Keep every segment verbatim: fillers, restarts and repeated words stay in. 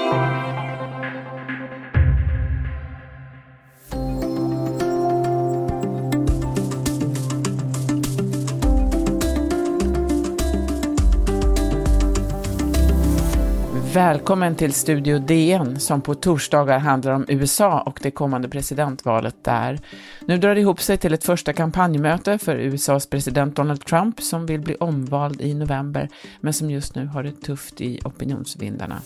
Välkommen till Studio D N som på torsdagar handlar om U S A och det kommande presidentvalet där. Nu drar det ihop sig till ett första kampanjmöte för U S A:s president Donald Trump som vill bli omvald i november men som just nu har det tufft i opinionsvindarna.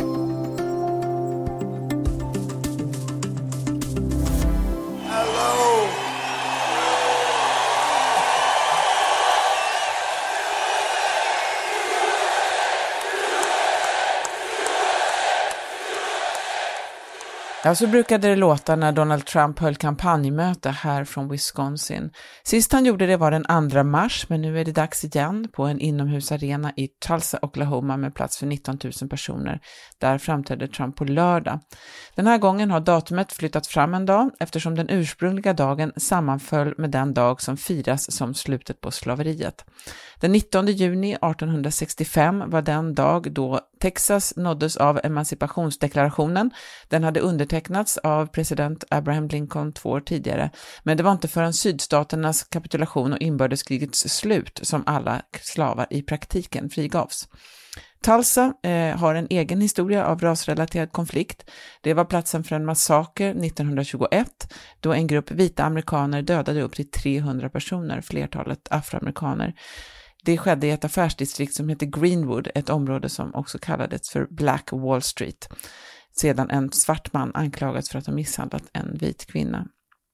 Ja, så brukade det låta när Donald Trump höll kampanjmöte här från Wisconsin. Sist han gjorde det var den andra mars, men nu är det dags igen på en inomhusarena i Tulsa, Oklahoma med plats för nitton tusen personer. Där framträdde Trump på lördag. Den här gången har datumet flyttat fram en dag eftersom den ursprungliga dagen sammanföll med den dag som firas som slutet på slaveriet. Den nittonde juni artonhundrasextiofem var den dag då Texas nåddes av emancipationsdeklarationen. Den hade undertecknats av president Abraham Lincoln två år tidigare. Men det var inte förrän sydstaternas kapitulation och inbördeskrigets slut som alla slavar i praktiken frigavs. Tulsa eh, har en egen historia av rasrelaterad konflikt. Det var platsen för en massaker nittonhundratjugoett då en grupp vita amerikaner dödade upp till trehundra personer, flertalet afroamerikaner. Det skedde i ett affärsdistrikt som heter Greenwood, ett område som också kallades för Black Wall Street. Sedan en svart man anklagats för att ha misshandlat en vit kvinna.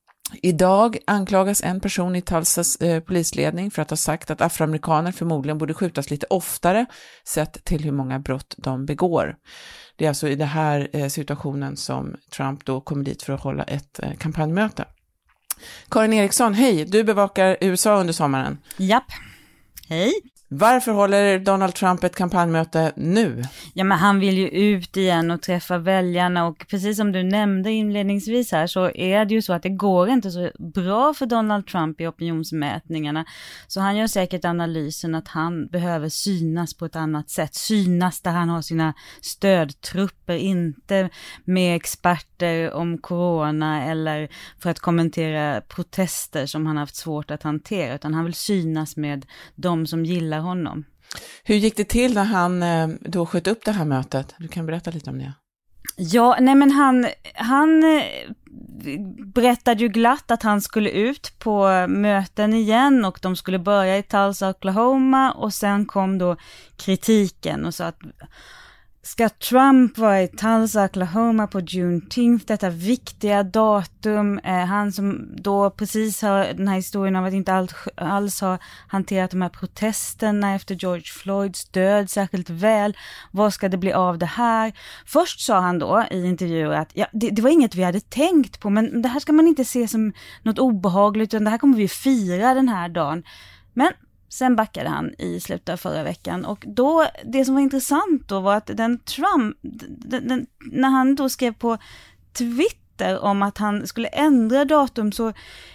Idag anklagas en person i Tulsas eh, polisledning för att ha sagt att afroamerikaner förmodligen borde skjutas lite oftare sett till hur många brott de begår. Det är alltså i den här eh, situationen som Trump då kommer dit för att hålla ett eh, kampanjmöte. Karin Eriksson, hej! Du bevakar U S A under sommaren. Japp, hej! Varför håller Donald Trump ett kampanjmöte nu? Ja, men han vill ju ut igen och träffa väljarna och precis som du nämnde inledningsvis här så är det ju så att det går inte så bra för Donald Trump i opinionsmätningarna. Så han gör säkert analysen att han behöver synas på ett annat sätt. Synas där han har sina stödtrupper, inte med experter om corona eller för att kommentera protester som han haft svårt att hantera, utan han vill synas med de som gillar honom. Hur gick det till när han då sköt upp det här mötet? Du kan berätta lite om det. Ja, nej men han, han berättade ju glatt att han skulle ut på möten igen och de skulle börja i Tulsa, Oklahoma och sen kom då kritiken och sa att ska Trump vara i Tulsa, Oklahoma på Juneteenth, detta viktiga datum, eh, han som då precis har den här historien av att inte alls, alls har hanterat de här protesterna efter George Floyds död särskilt väl, vad ska det bli av det här? Först sa han då i intervjuer att ja, det, det var inget vi hade tänkt på, men det här ska man inte se som något obehagligt, utan det här kommer vi fira den här dagen. Men sen backade han i slutet av förra veckan och då, det som var intressant då var att den Trump, den, den, när han då skrev på Twitter om att han skulle ändra datum så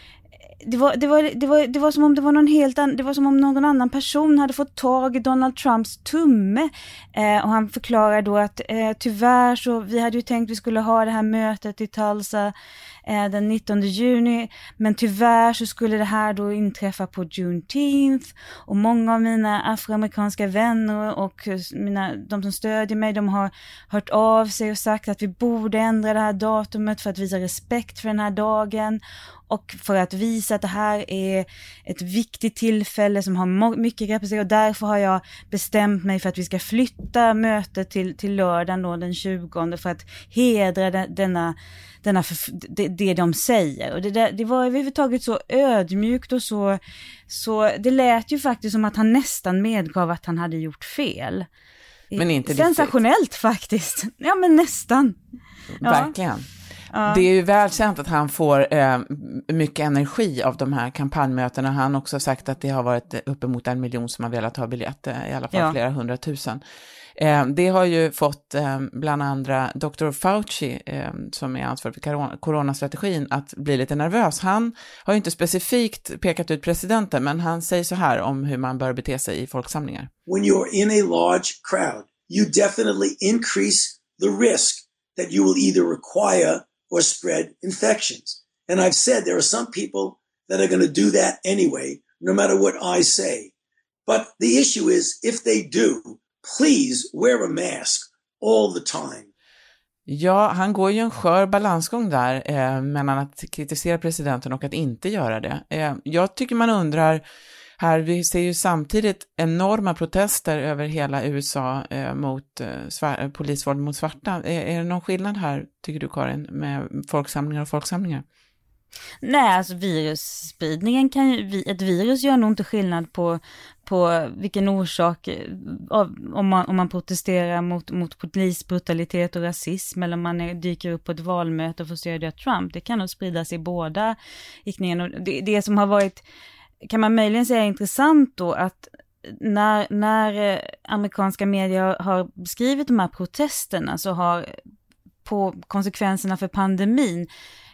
det var, det var, det var, det var som om det var någon helt an, det var som om någon annan person hade fått tag i Donald Trumps tumme eh, och han förklarar då att eh, tyvärr så vi hade ju tänkt vi skulle ha det här mötet i Tulsa eh, den nittonde juni, men tyvärr så skulle det här då inträffa på Juneteenth och många av mina afroamerikanska vänner och mina, de som stödjer mig, de har hört av sig och sagt att vi borde ändra det här datumet för att visa respekt för den här dagen och för att visa att det här är ett viktigt tillfälle som har mycket grepp på sig, och därför har jag bestämt mig för att vi ska flytta mötet till, till lördagen då, den tjugonde, för att hedra den, denna, denna det, det de säger. Och det, där, det var överhuvudtaget så ödmjukt och så, så det lät ju faktiskt som att han nästan medgav att han hade gjort fel. Men inte sensationellt riktigt. Faktiskt. Ja, men nästan. Ja. Verkligen. Ja. Det är ju välkänt att han får eh, mycket energi av de här kampanjmötena. Han har också sagt att det har varit uppemot en miljon som har velat ha biljett, i alla fall ja. flera hundratusen. Eh, det har ju fått eh, bland andra doktor Fauci, eh, som är ansvarig för corona- coronastrategin, att bli lite nervös. Han har ju inte specifikt pekat ut presidenten, men han säger så här om hur man bör bete sig i folksamlingar. When you're in a large crowd, you definitely increase the risk that you will either require or spread infections. And I've said there are some people that are going to do that anyway, no matter what I say. But the issue is, if they do, please wear a mask all the time. Ja, han går ju en skör balansgång där eh, mellan att kritisera presidenten och att inte göra det. Eh, jag tycker man undrar här, vi ser ju samtidigt enorma protester över hela U S A eh, mot eh, svär, polisvåld mot svarta. Är, är det någon skillnad här, tycker du Karin, med folksamlingar och folksamlingar? Nej, alltså virusspridningen kan ju, ett virus gör nog inte skillnad på, på vilken orsak, om man, om man protesterar mot, mot polisbrutalitet och rasism, eller om man är, dyker upp på ett valmöte och får stödja Trump. Det kan nog spridas i båda riktningarna. Det, det som har varit, kan man möjligen säga, intressant då, att när, när amerikanska medier har beskrivit de här protesterna, så har på konsekvenserna för pandemin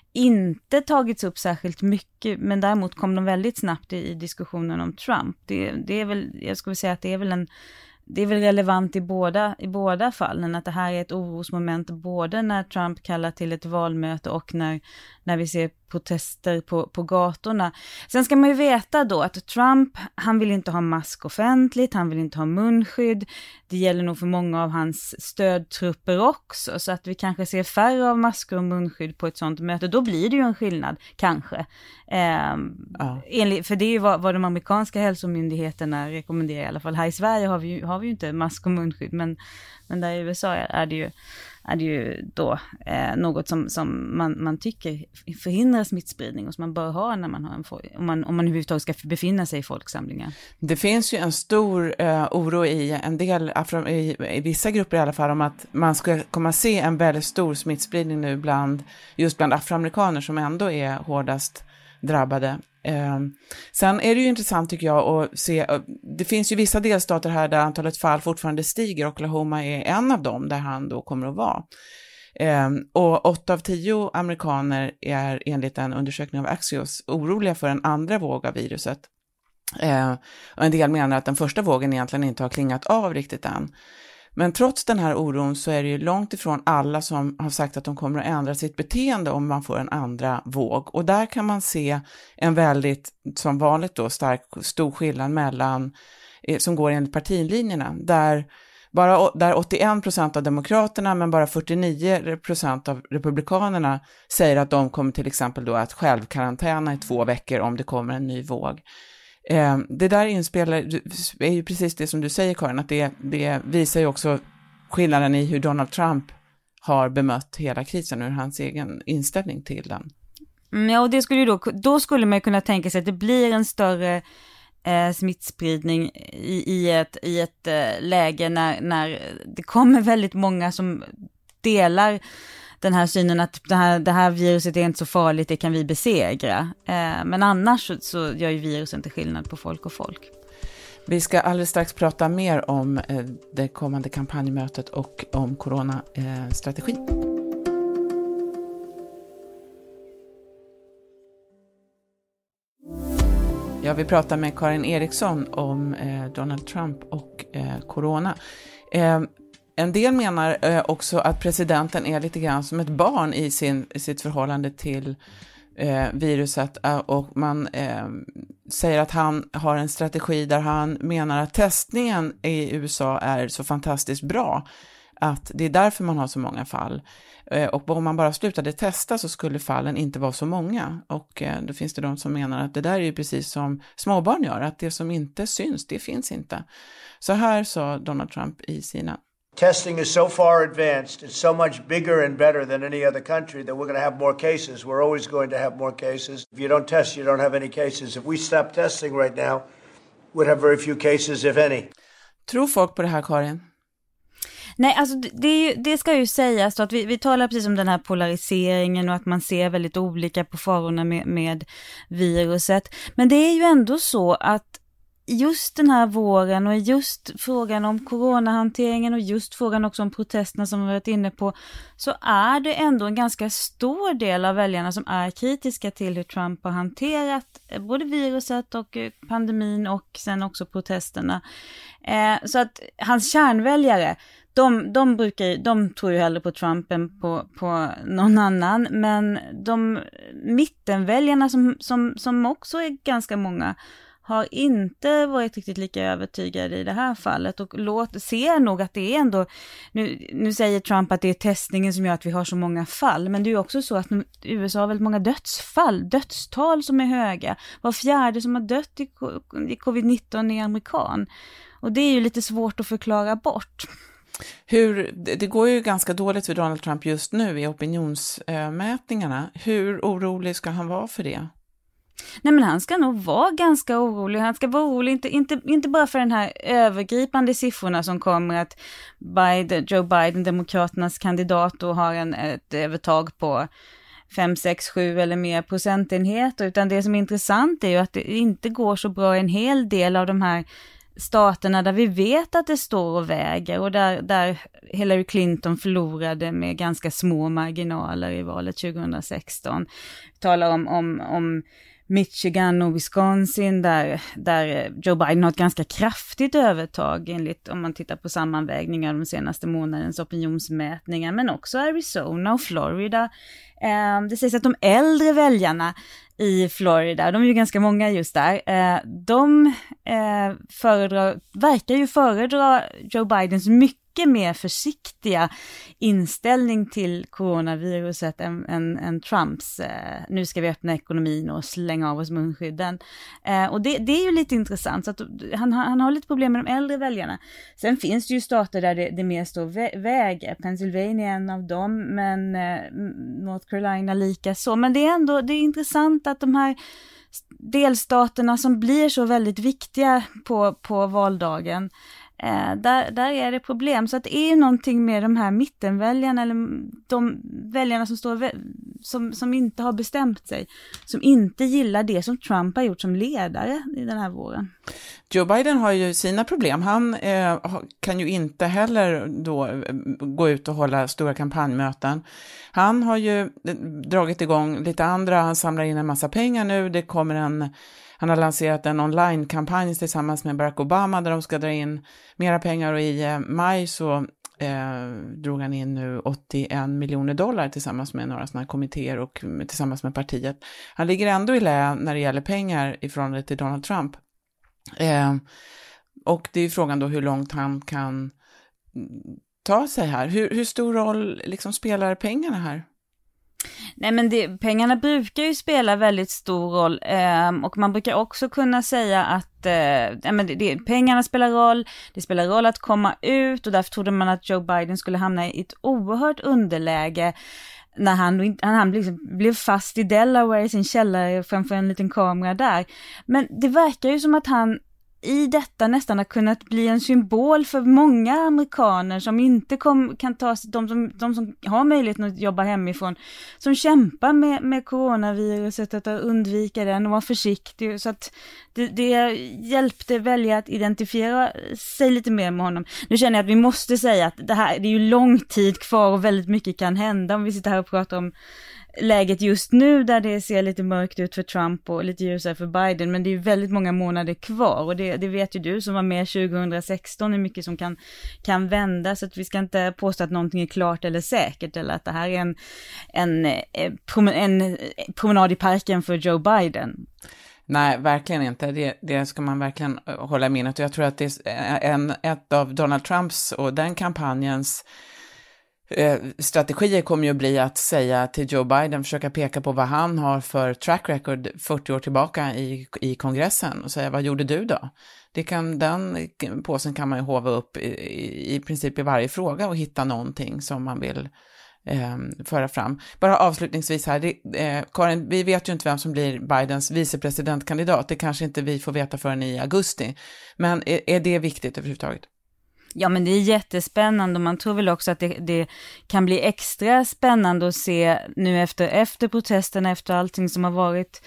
inte tagits upp särskilt mycket, men däremot kom de väldigt snabbt i, i diskussionen om Trump. Det, det är väl, jag skulle säga att det är väl en det är väl relevant i båda, i båda fallen, att det här är ett orosmoment både när Trump kallar till ett valmöte och när, när vi ser protester på, på gatorna. Sen ska man ju veta då att Trump, han vill inte ha mask offentligt, han vill inte ha munskydd. Det gäller nog för många av hans stödtrupper också, så att vi kanske ser färre av masker och munskydd på ett sånt möte. Då blir det ju en skillnad, kanske. Eh, ja. enligt, för det är ju vad, vad de amerikanska hälsomyndigheterna rekommenderar i alla fall. Här i Sverige har vi ju, har vi ju inte mask och munskydd, men, men där i U S A är, är det ju är det ju då eh, något som, som man, man tycker förhindrar smittspridning och som man bör ha när man har en, om man, om man överhuvudtaget ska befinna sig i folksamlingar. Det finns ju en stor eh, oro i en del, afro, i, i vissa grupper i alla fall, om att man ska komma se en väldigt stor smittspridning nu bland, just bland afroamerikaner som ändå är hårdast drabbade. Eh, sen är det ju intressant tycker jag att se, det finns ju vissa delstater här där antalet fall fortfarande stiger. Oklahoma är en av dem där han då kommer att vara. Eh, och åtta av tio amerikaner är enligt en undersökning av Axios oroliga för en andra våg av viruset. Eh, och en del menar att den första vågen egentligen inte har klingat av riktigt än. Men trots den här oron så är det ju långt ifrån alla som har sagt att de kommer att ändra sitt beteende om man får en andra våg. Och där kan man se en väldigt, som vanligt då, stark, stor skillnad mellan, som går enligt partilinjerna. Där, bara, där åttioen procent av demokraterna men bara fyrtionio procent av republikanerna säger att de kommer till exempel då att självkarantäna i två veckor om det kommer en ny våg. Eh, det där inspelar är ju precis det som du säger Karin, att det, det visar ju också skillnaden i hur Donald Trump har bemött hela krisen och hans egen inställning till den. Mm, ja, och det skulle ju då, då skulle man kunna tänka sig att det blir en större eh, smittspridning i, i ett, i ett eh, läge när, när det kommer väldigt många som delar den här synen att det här, det här viruset är inte så farligt, det kan vi besegra. Eh, men annars så, så gör ju viruset inte skillnad på folk och folk. Vi ska alldeles strax prata mer om eh, det kommande kampanjmötet och om coronastrategin. Eh, Jag vill prata med Karin Eriksson om eh, Donald Trump och eh, corona. Eh, En del menar eh, också att presidenten är lite grann som ett barn i, sin, i sitt förhållande till eh, viruset eh, och man eh, säger att han har en strategi där han menar att testningen i U S A är så fantastiskt bra att det är därför man har så många fall. Eh, och om man bara slutade testa så skulle fallen inte vara så många. Och eh, då finns det de som menar att det där är ju precis som småbarn gör, att det som inte syns, det finns inte. Så här sa Donald Trump i sina Testing is so far advanced, it's so much bigger and better than any other country that we're going to have more cases. We're always going to have more cases. If you don't test, you don't have any cases. If we stop testing right now, we'd have very few cases, if any. Tror folk på det här, Karin? Nej, alltså det, är ju, det ska ju sägas att vi, vi talar precis om den här polariseringen och att man ser väldigt olika på farorna med, med viruset. Men det är ju ändå så att just den här våren och just frågan om coronahanteringen och just frågan också om protesterna som vi varit inne på, så är det ändå en ganska stor del av väljarna som är kritiska till hur Trump har hanterat både viruset och pandemin och sen också protesterna. Eh, så att hans kärnväljare, de, de, brukar, de tror ju hellre på Trump än på, på någon annan, men de mittenväljarna som, som, som också är ganska många har inte varit riktigt lika övertygade i det här fallet och låt, ser nog att det är ändå, nu, nu säger Trump att det är testningen som gör att vi har så många fall, men det är ju också så att U S A har väldigt många dödsfall, dödstal som är höga, var fjärde som har dött i, i covid nitton är amerikan, och det är ju lite svårt att förklara bort. Hur, det går ju ganska dåligt för Donald Trump just nu i opinionsmätningarna. Hur orolig ska han vara för det? Nej, men han ska nog vara ganska orolig. Han ska vara orolig inte, inte, inte bara för den här övergripande siffrorna som kommer att Biden, Joe Biden, demokraternas kandidat, då har en, ett övertag på fem, sex, sju eller mer procentenheter, utan det som är intressant är ju att det inte går så bra i en hel del av de här staterna där vi vet att det står och väger och där, där Hillary Clinton förlorade med ganska små marginaler i valet tjugohundrasexton. Vi talar om, om, om Michigan och Wisconsin där, där Joe Biden har ett ganska kraftigt övertag enligt, om man tittar på sammanvägningar de senaste månadens opinionsmätningar, men också Arizona och Florida. Eh, det sägs att de äldre väljarna i Florida, de är ju ganska många just där, eh, de eh, föredrar, verkar ju föredra Joe Bidens mycket mer försiktiga inställning till coronaviruset än, än, än Trumps eh, nu ska vi öppna ekonomin och slänga av oss munskydden. Eh, och det, det är ju lite intressant, så att han, han har lite problem med de äldre väljarna. Sen finns det ju stater där det, det mer står vä- väg. Pennsylvania är en av dem, men eh, North Carolina lika så. Men det är ändå det är intressant att de här delstaterna som blir så väldigt viktiga på, på valdagen, Eh, där, där är det problem. Så att det är någonting med de här mittenväljarna eller de väljarna som, står, som, som inte har bestämt sig, som inte gillar det som Trump har gjort som ledare i den här våren. Joe Biden har ju sina problem. Han eh, kan ju inte heller då gå ut och hålla stora kampanjmöten. Han har ju dragit igång lite andra, han samlar in en massa pengar nu. Det kommer en Han har lanserat en online-kampanj tillsammans med Barack Obama där de ska dra in mera pengar, och i eh, maj så eh, drog han in nu åttioen miljoner dollar tillsammans med några sådana här kommittéer och tillsammans med partiet. Han ligger ändå i lä när det gäller pengar ifrån det till Donald Trump. Eh, och det är frågan då hur långt han kan ta sig här. Hur, hur stor roll liksom spelar pengarna här? Nej, men det, pengarna brukar ju spela väldigt stor roll eh, och man brukar också kunna säga att eh, men det, det, pengarna spelar roll, det spelar roll att komma ut, och därför trodde man att Joe Biden skulle hamna i ett oerhört underläge när han, han, han blev, blev fast i Delaware i sin källare framför en liten kamera där. Men det verkar ju som att han i detta nästan har kunnat bli en symbol för många amerikaner som inte kom, kan ta sig, de som, de som har möjligheten att jobba hemifrån, som kämpar med, med coronaviruset, att undvika den och vara försiktig, så att det, det hjälpte välja att identifiera sig lite mer med honom. Nu känner jag att vi måste säga att det här, det är ju lång tid kvar och väldigt mycket kan hända om vi sitter här och pratar om läget just nu där det ser lite mörkt ut för Trump och lite ljusare för Biden, men det är väldigt många månader kvar, och det, det vet ju du som var med tjugohundrasexton hur mycket som kan, kan vända, så att vi ska inte påstå att någonting är klart eller säkert, eller att det här är en, en, en promenad i parken för Joe Biden. Nej, verkligen inte. Det, det ska man verkligen hålla i minnet, och jag tror att det är en, ett av Donald Trumps och den kampanjens strategier kommer ju att bli att säga till Joe Biden, försöka peka på vad han har för track record fyrtio år tillbaka i, i kongressen och säga, vad gjorde du då? Det kan, den påsen kan man ju hova upp i, i princip i varje fråga och hitta någonting som man vill eh, föra fram. Bara avslutningsvis här, det, eh, Karin, vi vet ju inte vem som blir Bidens vicepresidentkandidat, det kanske inte vi får veta förrän i augusti, men är, är det viktigt överhuvudtaget? Ja, men det är jättespännande, och man tror väl också att det, det kan bli extra spännande att se nu efter, efter protesterna, efter allting som har varit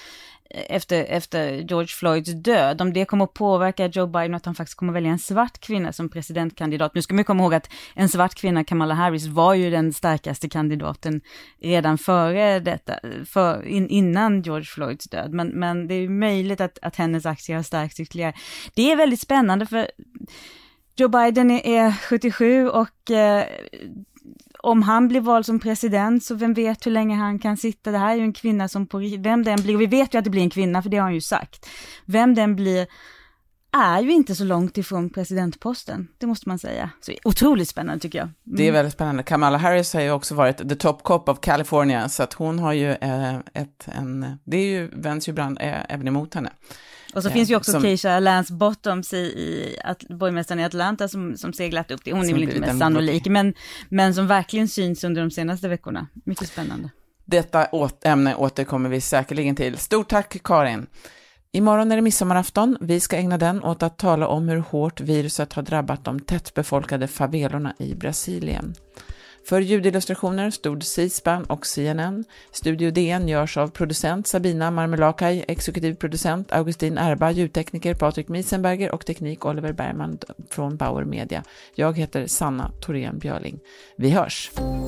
efter, efter George Floyds död, om det kommer att påverka Joe Biden att han faktiskt kommer välja en svart kvinna som presidentkandidat. Nu ska man komma ihåg att en svart kvinna, Kamala Harris, var ju den starkaste kandidaten redan före detta, för, in, innan George Floyds död. Men, men det är ju möjligt att, att hennes aktier har stärkts ytterligare. Det är väldigt spännande för Joe Biden är, är sjuttiosju och eh, om han blir vald som president så vem vet hur länge han kan sitta. Det här är ju en kvinna som på vem den blir, och vi vet ju att det blir en kvinna för det har han ju sagt. Vem den blir är ju inte så långt ifrån presidentposten, det måste man säga. Så otroligt spännande tycker jag. Mm. Det är väldigt spännande. Kamala Harris har ju också varit the top cop of California, så att hon har ju eh, ett, en, det är ju, vänds ju brand eh, även emot henne. Och så ja, finns ju också som, Keisha Lance Bottoms i, i att, borgmästaren i Atlanta som, som seglat upp det. Hon är väl inte mest sannolik, men, men som verkligen syns under de senaste veckorna. Mycket spännande. Detta åt, ämne återkommer vi säkerligen till. Stort tack Karin. Imorgon är det midsommarafton. Vi ska ägna den åt att tala om hur hårt viruset har drabbat de tättbefolkade favelorna i Brasilien. För ljudillustrationer stod C-SPAN och C N N. Studio D N görs av producent Sabina Marmelakai, exekutiv producent Augustin Erba, ljudtekniker Patrik Miesenberger och teknik Oliver Bergman från Bauer Media. Jag heter Sanna Thorén Björling. Vi hörs!